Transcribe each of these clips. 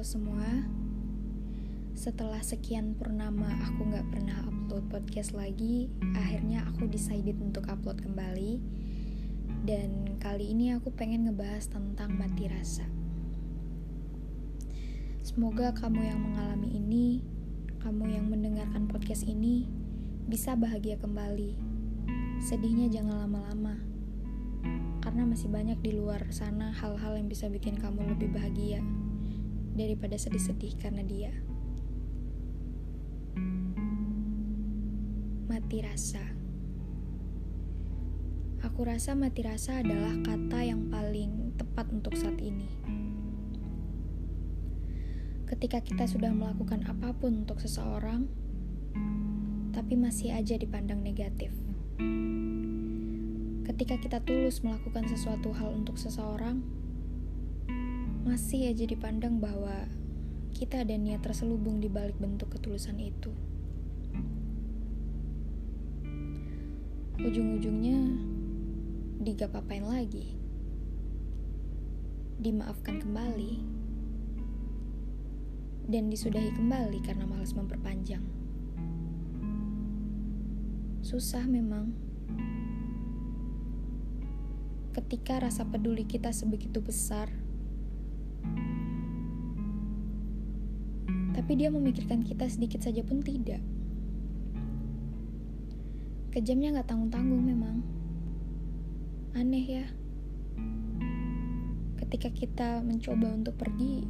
semua. Setelah sekian purnama aku gak pernah upload podcast lagi, akhirnya aku decided untuk upload kembali. Dan kali ini aku pengen ngebahas tentang mati rasa. Semoga kamu yang mengalami ini, kamu yang mendengarkan podcast ini, bisa bahagia kembali. Sedihnya jangan lama-lama, karena masih banyak di luar sana hal-hal yang bisa bikin kamu lebih bahagia daripada sedih-sedih karena dia. Mati rasa. Aku rasa mati rasa adalah kata yang paling tepat untuk saat ini. Ketika kita sudah melakukan apapun untuk seseorang, tapi masih aja dipandang negatif. Ketika kita tulus melakukan sesuatu hal untuk seseorang, masih aja dipandang bahwa kita ada niat terselubung di balik bentuk ketulusan itu. Ujung-ujungnya digapapain lagi, dimaafkan kembali, dan disudahi kembali karena malas memperpanjang. Susah memang. Ketika rasa peduli kita sebegitu besar, tapi dia memikirkan kita sedikit saja pun tidak. Kejamnya gak tanggung-tanggung memang. Aneh ya. Ketika kita mencoba untuk pergi,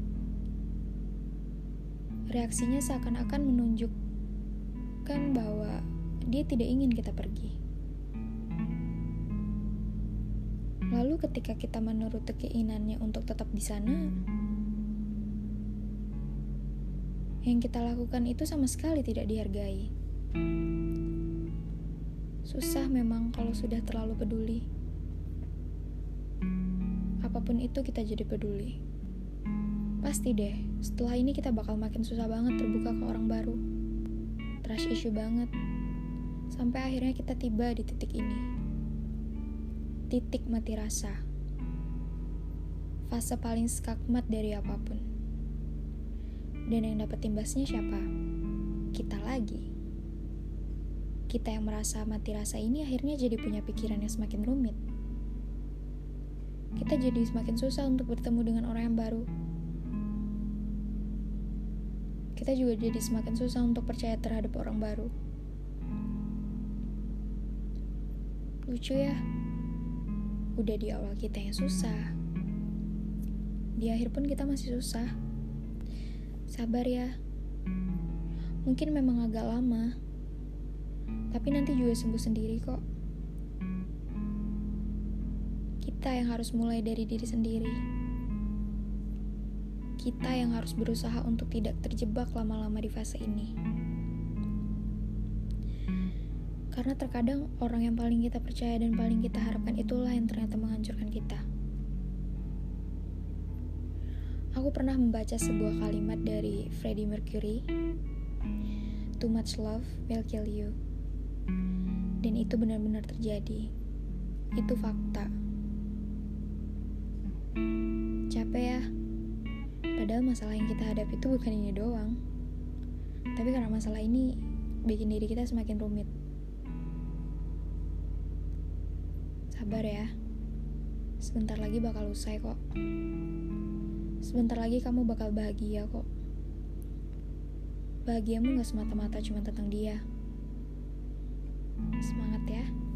reaksinya seakan-akan menunjukkan bahwa dia tidak ingin kita pergi. Lalu ketika kita menuruti keinginannya untuk tetap di sana, yang kita lakukan itu sama sekali tidak dihargai. Susah memang kalau sudah terlalu peduli. Apapun itu kita jadi peduli. Pasti deh, setelah ini kita bakal makin susah banget terbuka ke orang baru. Trust issue banget. Sampai akhirnya kita tiba di titik ini. Titik mati rasa. Fase paling skakmat dari apapun. Dan yang dapat imbasnya siapa? Kita lagi. Kita yang merasa mati rasa ini akhirnya jadi punya pikiran yang semakin rumit. Kita jadi semakin susah untuk bertemu dengan orang yang baru. Kita juga jadi semakin susah untuk percaya terhadap orang baru. Lucu ya? Udah di awal kita yang susah, di akhir pun kita masih susah. Sabar ya. Mungkin memang agak lama, tapi nanti juga sembuh sendiri kok. Kita yang harus mulai dari diri sendiri. Kita yang harus berusaha untuk tidak terjebak lama-lama di fase ini. Karena terkadang orang yang paling kita percaya dan paling kita harapkan itulah yang ternyata menghancurkan kita. Aku pernah membaca sebuah kalimat dari Freddie Mercury, "Too much love will kill you." Dan itu benar-benar terjadi. Itu fakta. Capek ya? Padahal masalah yang kita hadapi itu bukan ini doang. Tapi karena masalah ini bikin diri kita semakin rumit. Sabar ya. Sebentar lagi bakal usai kok. Sebentar lagi kamu bakal bahagia kok. Bahagiamu gak semata-mata cuma tentang dia. Semangat ya.